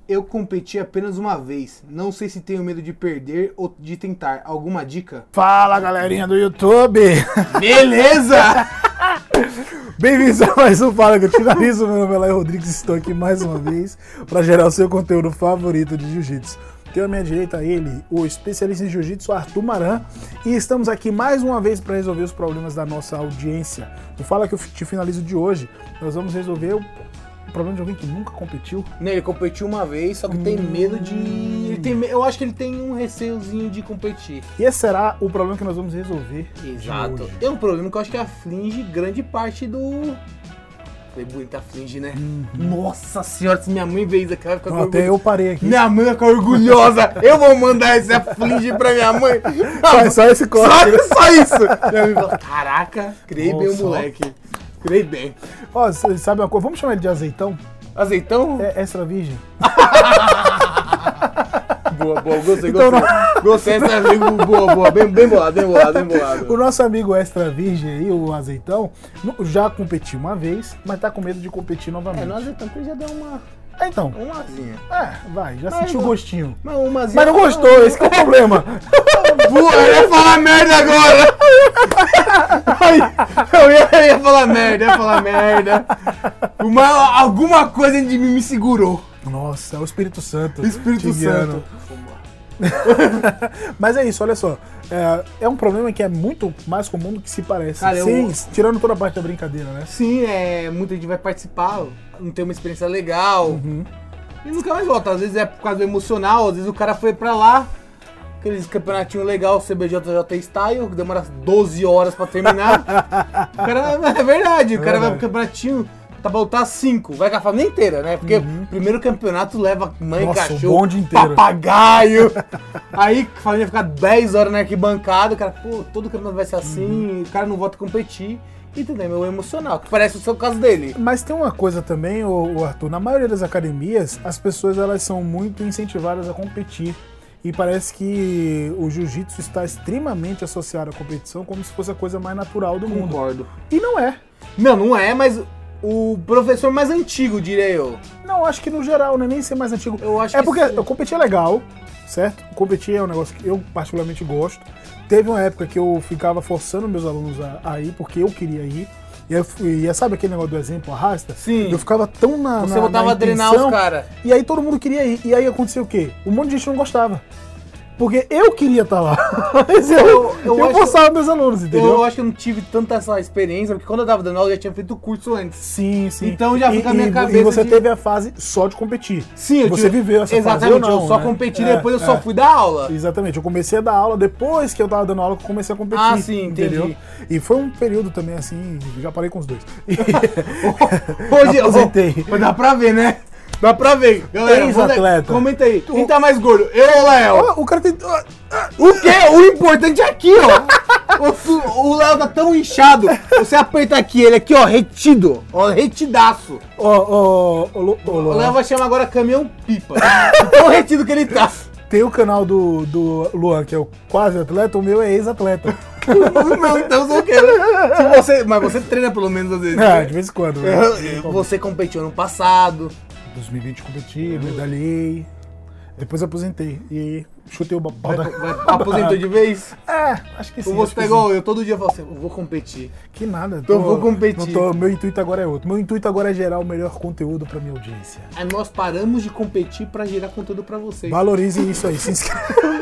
Eu competi apenas uma vez. Não sei se tenho medo de perder ou de tentar. Alguma dica? Fala, galerinha do YouTube! Beleza! Bem-vindos a mais um Fala que eu te finalizo. Meu nome é Laio Rodrigues, estou aqui mais uma vez para gerar o seu conteúdo favorito de Jiu-Jitsu. Tenho à minha direita ele, o especialista em Jiu-Jitsu, Arthur Maran, e estamos aqui mais uma vez para resolver os problemas da nossa audiência. No Fala que eu te finalizo de hoje, nós vamos resolver o problema de alguém que nunca competiu. Não, ele competiu uma vez, só que tem medo de... Eu acho que ele tem um receiozinho de competir. E esse será o problema que nós vamos resolver. Exato. Hoje. É um problema que eu acho que aflige grande parte do... Falei bonito, aflige, né? Nossa senhora, se minha mãe vê isso aqui, ela vai ficar Não, até eu parei aqui. Minha mãe vai ficar orgulhosa. Eu vou mandar esse aflige pra minha mãe. Só esse corte. Só isso. Minha mãe fala, caraca, criei bem o moleque. Criei bem. Ó, você sabe uma coisa? Vamos chamar ele de azeitão? Azeitão? É extra virgem. Boa, gostei, Então, gostei, extra virgem, boa, bem bolado. O nosso amigo extra virgem aí, o azeitão, já competiu uma vez, mas tá com medo de competir novamente. No azeitão que ele já deu uma Então. asinha. Vai, já sentiu o gostinho. Mas Mas não gostou, esse que é o problema. Eu ia falar merda agora! Eu ia falar merda. Alguma coisa de mim me segurou. Nossa, é o Espírito Santo. Espírito Santo. Mas é isso, olha só. É um problema que é muito mais comum do que se parece. Cara, tirando toda a parte da brincadeira, né? Sim, muita gente vai participar, não tem uma experiência legal. E nunca mais volta. Às vezes é por causa do emocional, às vezes o cara foi pra lá, aqueles campeonatinhos legal, CBJJ Style, que demora 12 horas pra terminar. O cara, é verdade, o cara vai pro campeonatinho, tá pra lutar 5, vai com a família inteira, né? Porque o primeiro campeonato leva mãe, cachorro, bonde inteiro. papagaio. Aí a família fica 10 horas na arquibancada, o cara, todo campeonato vai ser assim, o cara não volta a competir. E também é o emocional, que parece o seu caso dele. Mas tem uma coisa também, o Arthur, na maioria das academias, as pessoas elas são muito incentivadas a competir. E parece que o jiu-jitsu está extremamente associado à competição como se fosse a coisa mais natural do mundo. Concordo. E não é. Não é, mas o professor mais antigo, diria eu. Não, acho que no geral, não é nem ser mais antigo. Eu acho é que porque sim. eu competir é legal, certo? Competir é um negócio que eu particularmente gosto. Teve uma época que eu ficava forçando meus alunos a ir, porque eu queria ir. E sabe aquele negócio do exemplo arrasta? Sim. Eu ficava tão Você voltava a treinar os caras. E aí todo mundo queria ir. E aí aconteceu o quê? Um monte de gente não gostava. Porque eu queria estar lá. eu forçava meus alunos, entendeu? Eu acho que eu não tive tanta essa experiência, porque quando eu tava dando aula eu já tinha feito o curso antes. Sim. Então já fica na minha cabeça. E você teve a fase só de competir. Sim, você viveu essa fase. Exatamente, eu só competi, depois eu só fui dar aula. Exatamente, eu comecei a dar aula depois que eu tava dando aula que eu comecei a competir. Ah, sim, entendeu? entendi. E foi um período também assim, já parei com os dois. Hoje aposentei. Dá pra ver, né? Dá pra ver. Galera, ex-atleta. Comenta aí. Quem tá mais gordo? Eu ou o Léo? O cara tem... O quê? O importante é aqui, ó. O Léo tá tão inchado. Você aperta aqui, ele aqui, ó, retido. Ó, retidaço. O Léo vai chamar agora caminhão pipa. Tão retido que ele tá. Tem o canal do Luan, que é o quase atleta, o meu é ex-atleta. Não, então sou o quê? Mas você treina pelo menos às vezes. De vez em quando. Né? Você competiu ano passado. 2020 competi, medalhei. Depois aposentei. E chutei o pau da... Aposentou de vez? Acho que sim. Ou você pegou, eu todo dia falo assim, eu vou competir. Que nada. Eu vou competir. Meu intuito agora é outro. Meu intuito agora é gerar o melhor conteúdo pra minha audiência. Aí nós paramos de competir pra gerar conteúdo pra vocês. Valorize isso aí. Se inscreva.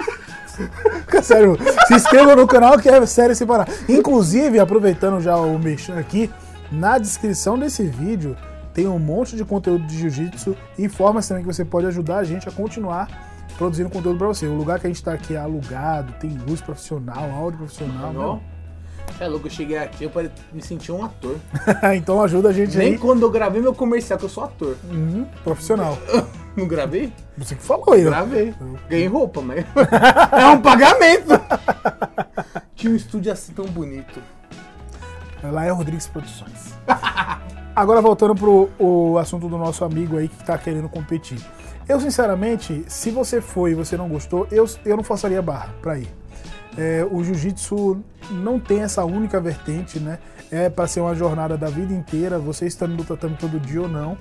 Sério, se inscreva no canal que é sério sem parar. Inclusive, aproveitando já o mexendo aqui, na descrição desse vídeo tem um monte de conteúdo de jiu-jitsu e formas também que você pode ajudar a gente a continuar produzindo conteúdo pra você. O lugar que a gente tá aqui é alugado, tem luz profissional, áudio profissional. Não? É louco, eu cheguei aqui, eu me senti um ator. Então ajuda a gente aí. Nem quando eu gravei meu comercial, que eu sou ator. Profissional. Não gravei? Você que falou aí. Gravei. Ganhei roupa, mas... é um pagamento! Tinha um estúdio assim tão bonito. Lá é Rodrigues Produções. Agora voltando pro assunto do nosso amigo aí que tá querendo competir. Eu, sinceramente, se você foi e você não gostou, eu não forçaria a barra pra ir. O jiu-jitsu não tem essa única vertente, né? É pra ser uma jornada da vida inteira, você estando no tatame todo dia ou não.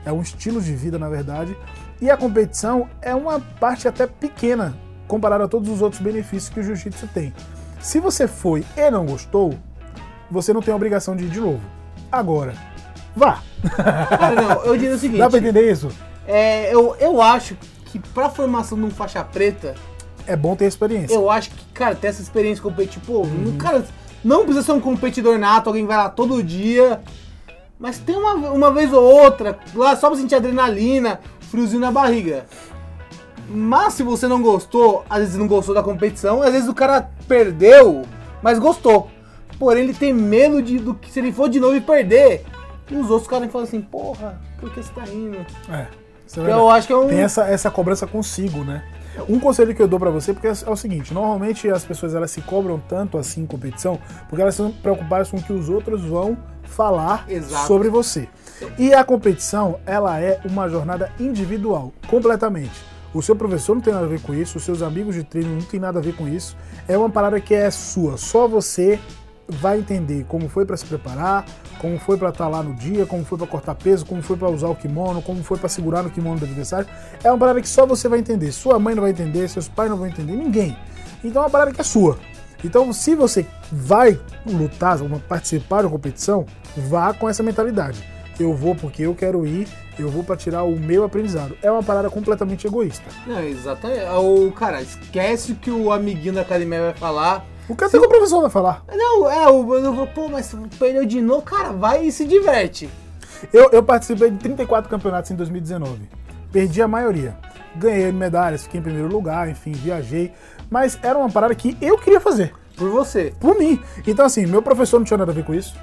é um estilo de vida, na verdade, e a competição é uma parte até pequena, comparado a todos os outros benefícios que o jiu-jitsu tem. Se você foi e não gostou, você não tem a obrigação de ir de novo. Agora, vá! Cara, não, eu diria o seguinte... Dá pra entender isso? Eu acho que pra formação de um faixa preta... É bom ter experiência. Eu acho que, cara, ter essa experiência competitiva... Pô, cara, não precisa ser um competidor nato, alguém vai lá todo dia... Mas tem uma vez ou outra, lá só pra sentir adrenalina, friozinho na barriga. Mas se você não gostou, às vezes não gostou da competição, às vezes o cara perdeu, mas gostou. Porém, ele tem medo do que se ele for de novo e perder. E os outros caras falam assim, porra, por que você tá indo? Eu acho que é um... Tem essa cobrança consigo, né? Um conselho que eu dou pra você, porque é o seguinte, normalmente as pessoas elas se cobram tanto assim em competição, porque elas estão preocupadas com o que os outros vão falar sobre você. E a competição, ela é uma jornada individual, completamente. O seu professor não tem nada a ver com isso, os seus amigos de treino não tem nada a ver com isso. É uma parada que é sua, só você vai entender como foi pra se preparar, como foi pra estar lá no dia, como foi pra cortar peso, como foi pra usar o kimono, como foi pra segurar no kimono do adversário. É uma parada que só você vai entender. Sua mãe não vai entender, seus pais não vão entender, ninguém. Então é uma parada que é sua. Então, se você vai lutar, participar da competição, vá com essa mentalidade. Eu vou porque eu quero ir, eu vou pra tirar o meu aprendizado. É uma parada completamente egoísta. Não, exatamente. O cara, esquece o que o amiguinho da academia vai falar. O que o professor vai falar? Não, eu vou, pô, mas perdeu de novo, cara, vai e se diverte. Eu participei de 34 campeonatos em 2019. Perdi a maioria. Ganhei medalhas, fiquei em primeiro lugar, enfim, viajei. Mas era uma parada que eu queria fazer. Por você. Por mim. Então, assim, meu professor não tinha nada a ver com isso.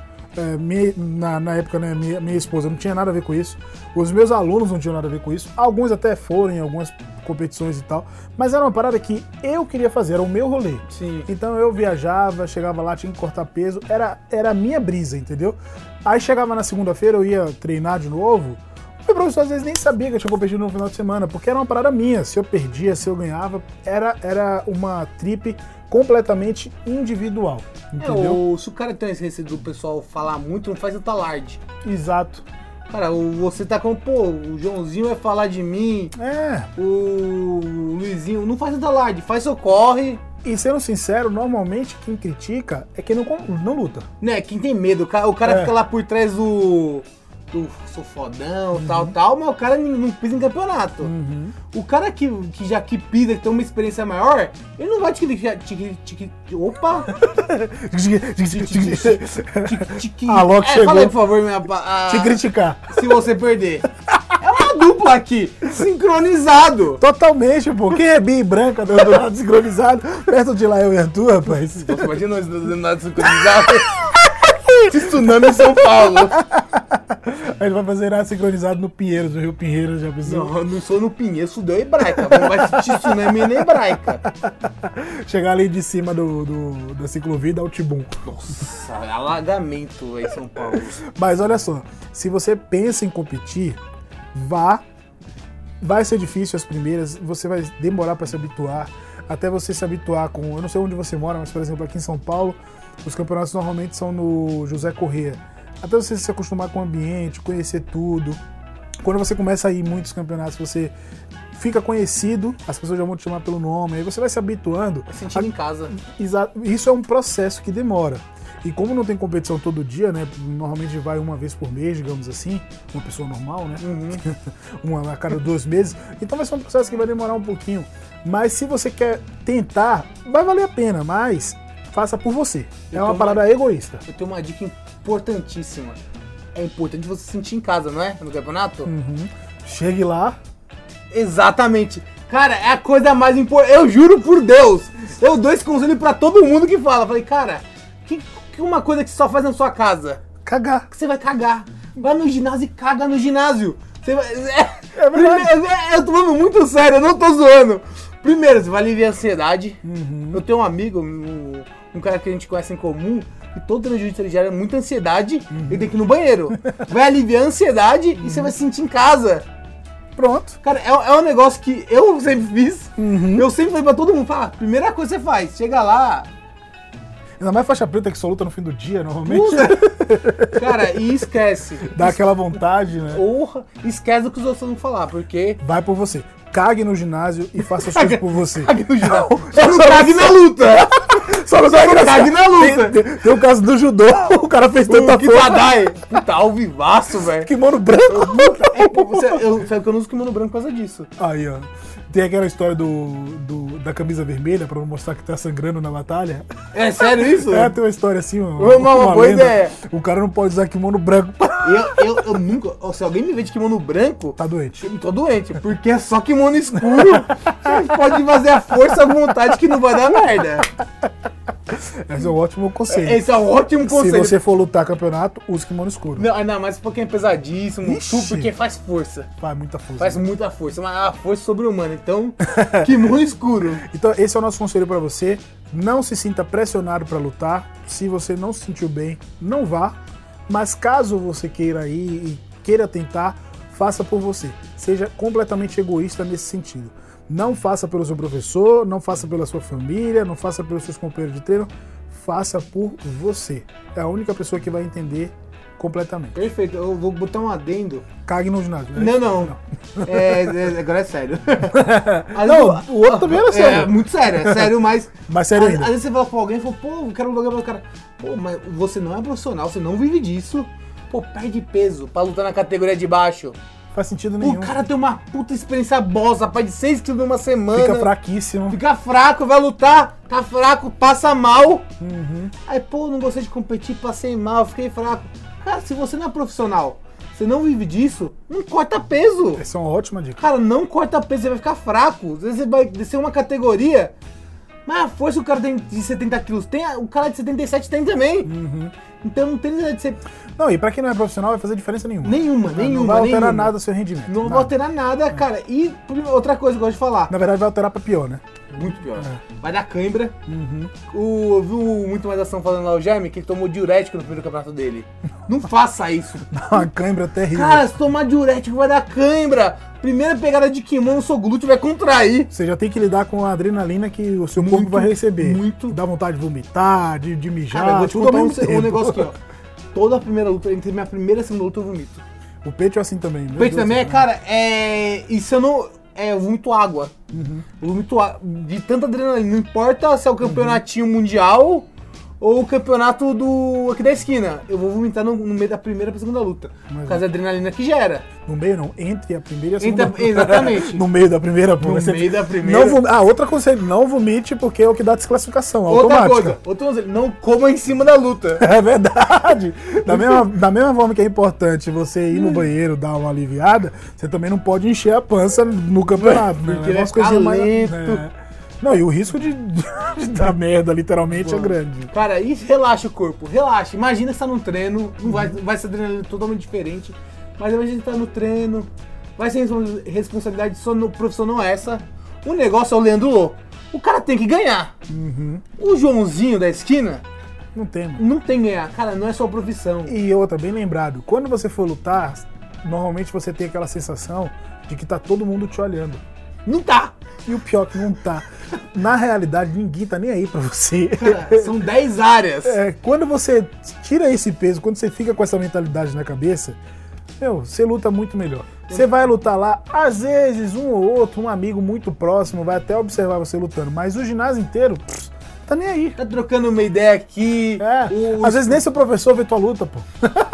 Na época, né, minha esposa não tinha nada a ver com isso. Os meus alunos não tinham nada a ver com isso. Alguns até foram em algumas competições e tal. Mas era uma parada que eu queria fazer, era o meu rolê. Sim. Então eu viajava, chegava lá, tinha que cortar peso. Era a minha brisa, entendeu? Aí chegava na segunda-feira, eu ia treinar de novo. O professor às vezes nem sabia que eu tinha competido no final de semana, porque era uma parada minha. Se eu perdia, se eu ganhava, era uma trip completamente individual, entendeu? Se o cara tem esse receio do pessoal falar muito, não faz tanta alarde. Exato. Cara, você tá com, pô, o Joãozinho vai falar de mim, o Luizinho, não faz tanta alarde, faz seu corre. E sendo sincero, normalmente quem critica é quem não luta. Né, quem tem medo, o cara fica lá por trás do sou fodão, tal, mas o cara não pisa em campeonato. O cara que pisa, que tem uma experiência maior, ele não vai te criticar. Opa! Alô, que chegou. Fala aí, por favor, te criticar. Se você perder. É uma dupla aqui, sincronizado. Totalmente, pô. Quem é bi e branca do lado sincronizado, perto de lá eu e Arthur, rapaz. Nossa, imagina nós do lado sincronizado. Tsunami em São Paulo. Aí ele vai fazer nada sincronizado no Pinheiros, no Rio Pinheiros, já pensou? Não, eu não sou no Pinheiros, isso deu hebraica. Não vai assistir tsunami nem hebraica. Chegar ali de cima da ciclovia e dar o tibum. Nossa, alagamento aí em São Paulo. Mas olha só, se você pensa em competir, vai ser difícil as primeiras, você vai demorar para se habituar, até você se habituar com... Eu não sei onde você mora, mas por exemplo aqui em São Paulo, os campeonatos normalmente são no José Corrêa. Até você se acostumar com o ambiente, conhecer tudo. Quando você começa a ir em muitos campeonatos, você fica conhecido, as pessoas já vão te chamar pelo nome, aí você vai se habituando. Sentindo em casa. Exato. Isso é um processo que demora. E como não tem competição todo dia, né? Normalmente vai uma vez por mês, digamos assim, uma pessoa normal, né? Uma a cada 2 meses. Então vai ser um processo que vai demorar um pouquinho. Mas se você quer tentar, vai valer a pena, mas faça por você. É uma parada egoísta. Eu tenho uma dica importantíssima. É importante você se sentir em casa, não é? No campeonato? Chegue lá. Exatamente. Cara, é a coisa mais importante. Eu juro por Deus. Eu dou esse conselho pra todo mundo que fala. Falei, cara, que uma coisa que você só faz na sua casa? Cagar. Você vai cagar. Vai no ginásio e caga no ginásio. Você vai... eu tô falando muito sério, eu não tô zoando. Primeiro, você vai aliviar a ansiedade. Eu tenho um amigo, um cara que a gente conhece em comum, e todo treino de jiu-jitsu ele gera muita ansiedade, ele tem que ir no banheiro. Vai aliviar a ansiedade e você vai se sentir em casa. Pronto. Cara, é um negócio que eu sempre fiz. Eu sempre falei pra todo mundo, fala, primeira coisa que você faz, chega lá. Ainda mais faixa preta que só luta no fim do dia, normalmente. Cara, e esquece. Dá aquela vontade, né? Porra, esquece o que os outros vão falar, porque... Vai por você. Cague no ginásio e faça as coisas por você. Cague no ginásio. Só não cague na luta. Só não cague na luta. Tem o caso do judô, o cara fez tanta força. Kitadai. Puta, alvivaço, velho. Kimono branco. Sabe que eu não uso kimono branco por causa disso. Aí, ó. Tem aquela história da camisa vermelha pra não mostrar que tá sangrando na batalha. É sério isso? É, tem uma história assim, uma boa lenda. Ideia. O cara não pode usar kimono branco. Eu nunca... Se alguém me vê de kimono branco... Tá doente. Eu tô doente, porque é só kimono escuro. Você pode fazer a força à vontade que não vai dar merda. Esse é um ótimo conselho. Esse é um ótimo conselho. Se você for lutar campeonato, use kimono escuro. Não, mas porque é pesadíssimo, porque faz força. Faz muita força. Faz muita força, uma força sobre-humana. Então, kimono escuro. Então, esse é o nosso conselho pra você. Não se sinta pressionado pra lutar. Se você não se sentiu bem, não vá. Mas caso você queira ir e queira tentar, faça por você. Seja completamente egoísta nesse sentido. Não faça pelo seu professor, não faça pela sua família, não faça pelos seus companheiros de treino. Faça por você. É a única pessoa que vai entender completamente. Perfeito. Eu vou botar um adendo. Cague no ginásio. Né? Não. Agora é sério. O outro também era sério. É muito sério, é sério, mas... Mais sério ainda. Às vezes você fala com alguém e fala, pô, eu quero lutar com o cara. Pô, mas você não é profissional, você não vive disso. Pô, perde peso pra lutar na categoria de baixo. Faz sentido nenhum. O cara tem uma puta experiência bosta, rapaz, de 6 kg numa semana. Fica fraquíssimo. Fica fraco, vai lutar, tá fraco, passa mal. Aí, pô, não gostei de competir, passei mal, fiquei fraco. Cara, se você não é profissional, você não vive disso, não corta peso. Essa é uma ótima dica. Cara, não corta peso, você vai ficar fraco. Às vezes você vai descer uma categoria, mas a força o cara tem de 70 quilos tem, o cara de 77 tem também. Então não tem necessidade de ser... Não, e pra quem não é profissional vai fazer diferença nenhuma. Nenhuma. Não vai alterar nada o seu rendimento. Não vai alterar nada, cara. E outra coisa que eu gosto de falar. Na verdade vai alterar pra pior, né? Muito pior. Vai dar cãibra. Eu vi muito mais ação falando lá o Jaime, que ele tomou diurético no primeiro campeonato dele. Não faça isso. Uma cãibra terrível. Cara, se tomar diurético vai dar cãibra. Primeira pegada de kimono, o seu glúteo vai contrair. Você já tem que lidar com a adrenalina que o seu corpo vai receber. Dá vontade de vomitar, de mijar. Cara, eu vou te contar um negócio aqui, ó. Toda a primeira luta, entre minha primeira e segunda luta, eu vomito. O peito é assim também. O peito também cara, isso eu não... eu vomito água. Eu vomito água. De tanta adrenalina. Não importa se é o campeonatinho mundial ou o campeonato aqui da esquina. Eu vou vomitar no meio da primeira pra segunda luta. Por causa da adrenalina que gera. No meio não, entre a primeira e a segunda luta. Exatamente. No meio da primeira, pô. No meio da primeira. Outra conselho, não vomite porque é o que dá desclassificação automática. Outra coisa, não coma em cima da luta. É verdade. Da mesma forma que é importante você ir no banheiro, dar uma aliviada, você também não pode encher a pança no campeonato. Porque né? vai ficar lento. Não, e o risco de dar merda, literalmente, é grande. Cara, e relaxa o corpo, relaxa. Imagina você tá num treino, não vai ser adrenalina totalmente diferente. Mas imagina você tá no treino, vai ser responsabilidade só no profissional essa. O negócio é o Leandro Lô. O cara tem que ganhar. O Joãozinho da esquina... Não tem, mano. Não tem ganhar. Cara, não é só profissão. E outra, bem lembrado, quando você for lutar, normalmente você tem aquela sensação de que tá todo mundo te olhando. Não tá! E o pior que não tá. Na realidade, ninguém tá nem aí pra você. Cara, são 10 áreas. Quando você tira esse peso, quando você fica com essa mentalidade na cabeça, você luta muito melhor. Você vai lutar lá, às vezes um ou outro, um amigo muito próximo vai até observar você lutando, mas o ginásio inteiro, tá nem aí. Tá trocando uma ideia aqui. Às vezes nem seu professor vê tua luta, pô.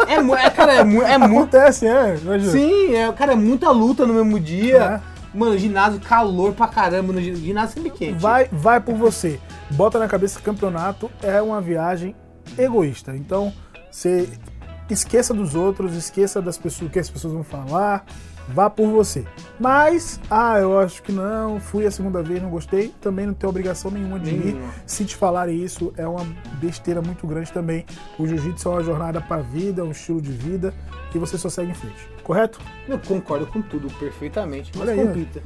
Cara, Acontece, Sim, cara, é muita luta no mesmo dia. Mano, ginásio, calor pra caramba, no ginásio sempre quente. Vai por você. Bota na cabeça que campeonato é uma viagem egoísta. Então, você esqueça dos outros, esqueça das pessoas, o que as pessoas vão falar. Vá por você. Mas, eu acho que não, fui a segunda vez, não gostei, também não tem obrigação nenhuma de ir. Se te falarem isso, é uma besteira muito grande também. O jiu-jitsu é uma jornada pra vida, é um estilo de vida, e você só segue em frente. Correto? Eu concordo com tudo, perfeitamente. Mas olha aí, compita.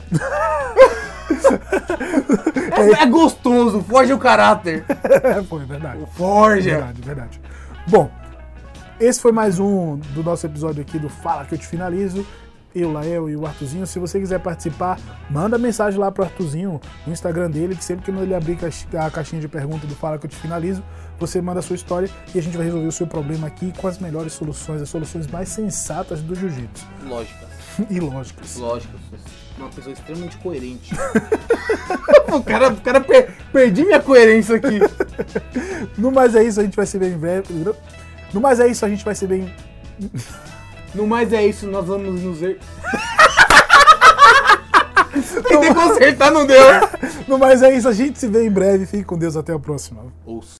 É gostoso, forja o caráter. Pô, é verdade. Forja. Verdade. Bom, esse foi mais um do nosso episódio aqui do Fala Que Eu Te Finalizo. eu, Lael e o Arthurzinho. Se você quiser participar, manda mensagem lá pro Arthurzinho no Instagram dele, que sempre que ele abrir a caixinha de pergunta do Fala que eu te finalizo, você manda a sua história e a gente vai resolver o seu problema aqui com as melhores soluções, as soluções mais sensatas do jiu-jitsu. Lógicas. E lógicas. Lógicas. Uma pessoa extremamente coerente. O cara perdi minha coerência aqui. No mais é isso, a gente vai ser bem breve. No mais é isso, a gente vai ser bem... No mais é isso, nós vamos nos ver. Tentei consertar, não deu. No mais é isso, a gente se vê em breve. Fique com Deus, até a próxima. Ouça.